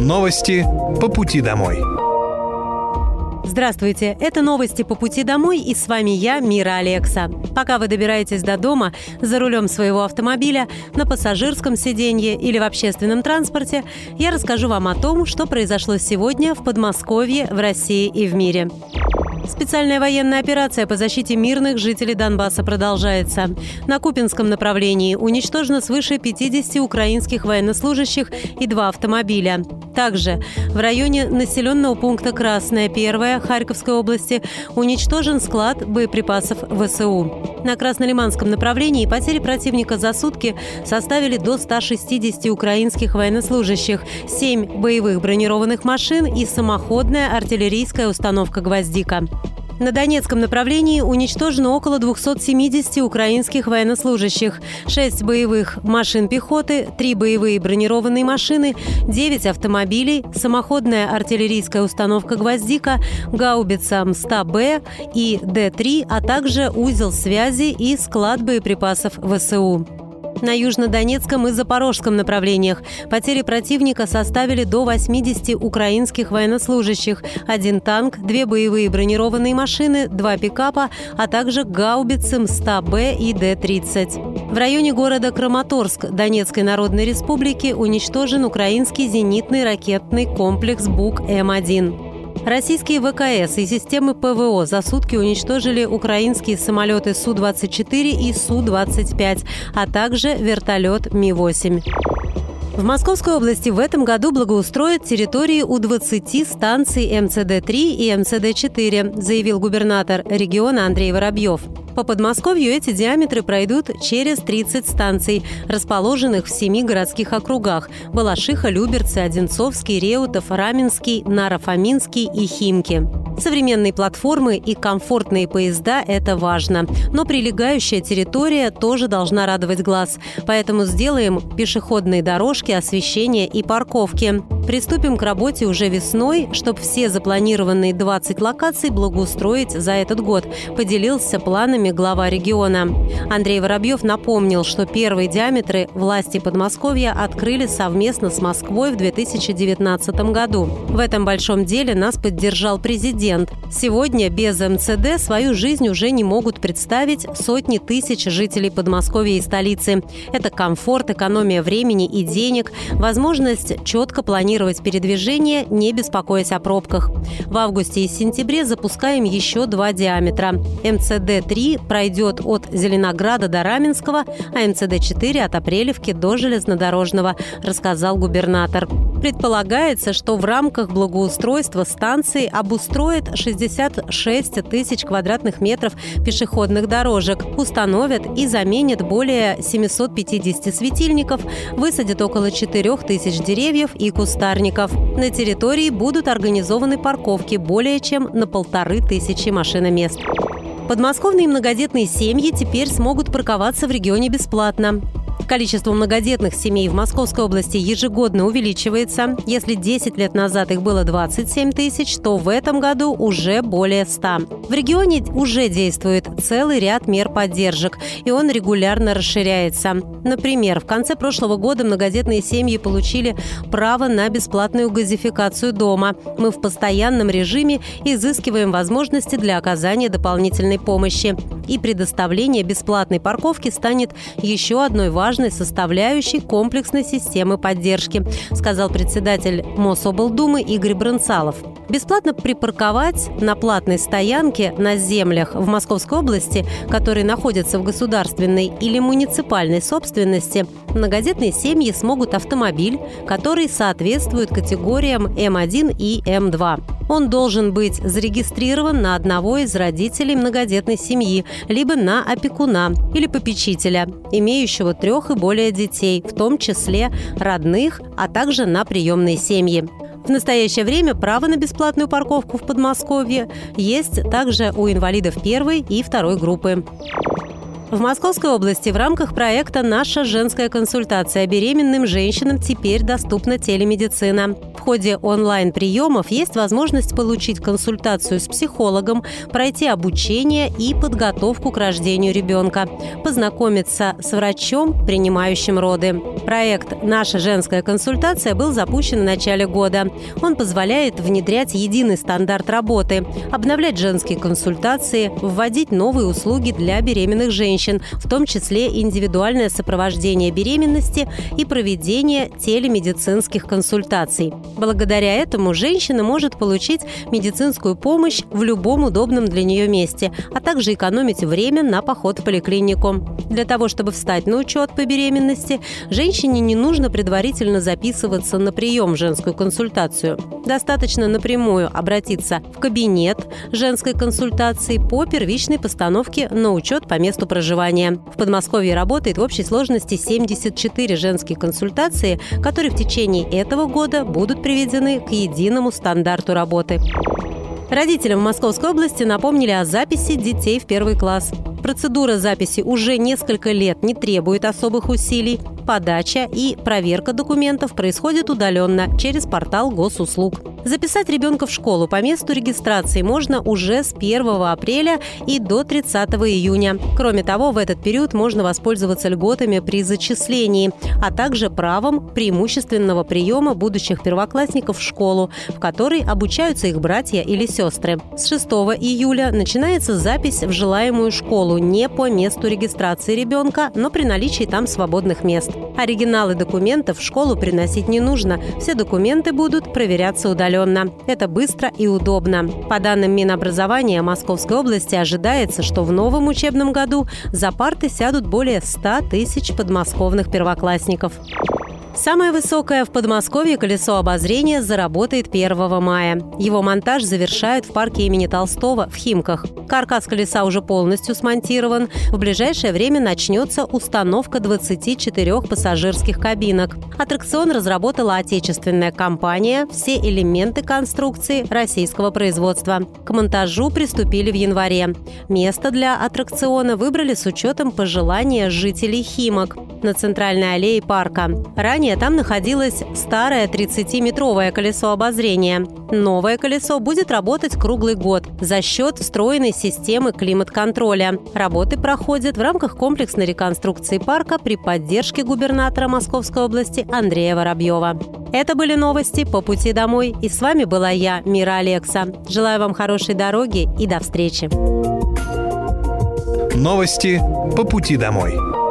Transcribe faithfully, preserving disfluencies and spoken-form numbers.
Новости по пути домой. Здравствуйте, это новости по пути домой, и с вами я, Мира Алекса. Пока вы добираетесь до дома, за рулем своего автомобиля, на пассажирском сиденье или в общественном транспорте, я расскажу вам о том, что произошло сегодня в Подмосковье, в России и в мире. Специальная военная операция по защите мирных жителей Донбасса продолжается. На Купинском направлении уничтожено свыше пятидесяти украинских военнослужащих и два автомобиля. Также в районе населенного пункта Красная Первая Харьковской области уничтожен склад боеприпасов ВСУ. На Краснолиманском направлении потери противника за сутки составили до ста шестидесяти украинских военнослужащих, семь боевых бронированных машин и самоходная артиллерийская установка «Гвоздика». На Донецком направлении уничтожено около двухсот семидесяти украинских военнослужащих, шесть боевых машин пехоты, три боевые бронированные машины, девять автомобилей, самоходная артиллерийская установка «Гвоздика», гаубица эм сто бэ и дэ три, а также узел связи и склад боеприпасов ВСУ. На Южнодонецком и Запорожском направлениях потери противника составили до восьмидесяти украинских военнослужащих, один танк, две боевые бронированные машины, два пикапа, а также гаубицы эм сто бэ и дэ тридцать. В районе города Краматорск Донецкой Народной Республики уничтожен украинский зенитный ракетный комплекс бук эм один. Российские вэ ка эс и системы пэ вэ о за сутки уничтожили украинские самолеты Су двадцать четыре и Су двадцать пять, а также вертолет Ми восемь. В Московской области в этом году благоустроят территории у двадцати станций эм цэ дэ три и эм цэ дэ четыре, заявил губернатор региона Андрей Воробьев. По Подмосковью эти диаметры пройдут через тридцать станций, расположенных в семи городских округах – Балашиха, Люберцы, Одинцовский, Реутов, Раменский, Наро-Фоминский и Химки. Современные платформы и комфортные поезда – это важно. Но прилегающая территория тоже должна радовать глаз. Поэтому сделаем пешеходные дорожки, освещение и парковки. Приступим к работе уже весной, чтобы все запланированные двадцать локаций благоустроить за этот год, поделился планами глава региона. Андрей Воробьев напомнил, что первые диаметры власти Подмосковья открыли совместно с Москвой в две тысячи девятнадцатом году. В этом большом деле нас поддержал президент. Сегодня без эм цэ дэ свою жизнь уже не могут представить сотни тысяч жителей Подмосковья и столицы. Это комфорт, экономия времени и денег, возможность четко планировать передвижение, не беспокоясь о пробках. В августе и сентябре запускаем еще два диаметра. эм цэ дэ три пройдет от Зеленограда до Раменского, а эм цэ дэ четыре от Апрелевки до Железнодорожного, рассказал губернатор. Предполагается, что в рамках благоустройства станции обустроят шестьдесят шесть тысяч квадратных метров пешеходных дорожек, установят и заменят более семисот пятидесяти светильников, высадят около четырёх тысяч деревьев и кустарников. На территории будут организованы парковки более чем на полторы тысячи машиномест. Подмосковные многодетные семьи теперь смогут парковаться в регионе бесплатно. Количество многодетных семей в Московской области ежегодно увеличивается. Если десять лет назад их было двадцать семь тысяч, то в этом году уже более ста. В регионе уже действует целый ряд мер поддержек, и он регулярно расширяется. Например, в конце прошлого года многодетные семьи получили право на бесплатную газификацию дома. Мы в постоянном режиме изыскиваем возможности для оказания дополнительной помощи. И предоставление бесплатной парковки станет еще одной важной составляющей комплексной системы поддержки, сказал председатель Мособлдумы Игорь Брынцалов. Бесплатно припарковать на платной стоянке на землях в Московской области, которые находятся в государственной или муниципальной собственности, многодетные семьи смогут автомобиль, который соответствует категориям эм один и эм два. Он должен быть зарегистрирован на одного из родителей многодетной семьи, либо на опекуна или попечителя, имеющего трех и более детей, в том числе родных, а также на приемные семьи. В настоящее время право на бесплатную парковку в Подмосковье есть также у инвалидов первой и второй группы. В Московской области в рамках проекта «Наша женская консультация» беременным женщинам теперь доступна телемедицина. В ходе онлайн-приемов есть возможность получить консультацию с психологом, пройти обучение и подготовку к рождению ребенка, познакомиться с врачом, принимающим роды. Проект «Наша женская консультация» был запущен в начале года. Он позволяет внедрять единый стандарт работы, обновлять женские консультации, вводить новые услуги для беременных женщин, в том числе индивидуальное сопровождение беременности и проведение телемедицинских консультаций. Благодаря этому женщина может получить медицинскую помощь в любом удобном для нее месте, а также экономить время на поход в поликлинику. Для того, чтобы встать на учет по беременности, женщине не нужно предварительно записываться на прием в женскую консультацию. Достаточно напрямую обратиться в кабинет женской консультации по первичной постановке на учет по месту проживания. В Подмосковье работает в общей сложности семьдесят четыре женские консультации, которые в течение этого года будут приведены к единому стандарту работы. Родителям в Московской области напомнили о записи детей в первый класс. Процедура записи уже несколько лет не требует особых усилий. Подача и проверка документов происходит удаленно через портал госуслуг. Записать ребенка в школу по месту регистрации можно уже с первого апреля и до тридцатого июня. Кроме того, в этот период можно воспользоваться льготами при зачислении, а также правом преимущественного приема будущих первоклассников в школу, в которой обучаются их братья или сестры. С шестого июля начинается запись в желаемую школу не по месту регистрации ребенка, но при наличии там свободных мест. Оригиналы документов в школу приносить не нужно. Все документы будут проверяться удаленно. Это быстро и удобно. По данным Минобразования Московской области ожидается, что в новом учебном году за парты сядут более ста тысяч подмосковных первоклассников. Самое высокое в Подмосковье колесо обозрения заработает первого мая. Его монтаж завершают в парке имени Толстого в Химках. Каркас колеса уже полностью смонтирован. В ближайшее время начнется установка двадцати четырёх пассажирских кабинок. Аттракцион разработала отечественная компания, все элементы конструкции российского производства. К монтажу приступили в январе. Место для аттракциона выбрали с учетом пожелания жителей Химок на центральной аллее парка. Ранее там находилось старое тридцатиметровое колесо обозрения. Новое колесо будет работать круглый год за счет встроенной системы климат-контроля. Работы проходят в рамках комплексной реконструкции парка при поддержке губернатора Московской области Андрея Воробьева. Это были новости по пути домой. И с вами была я, Мира Алекса. Желаю вам хорошей дороги и до встречи. Новости по пути домой.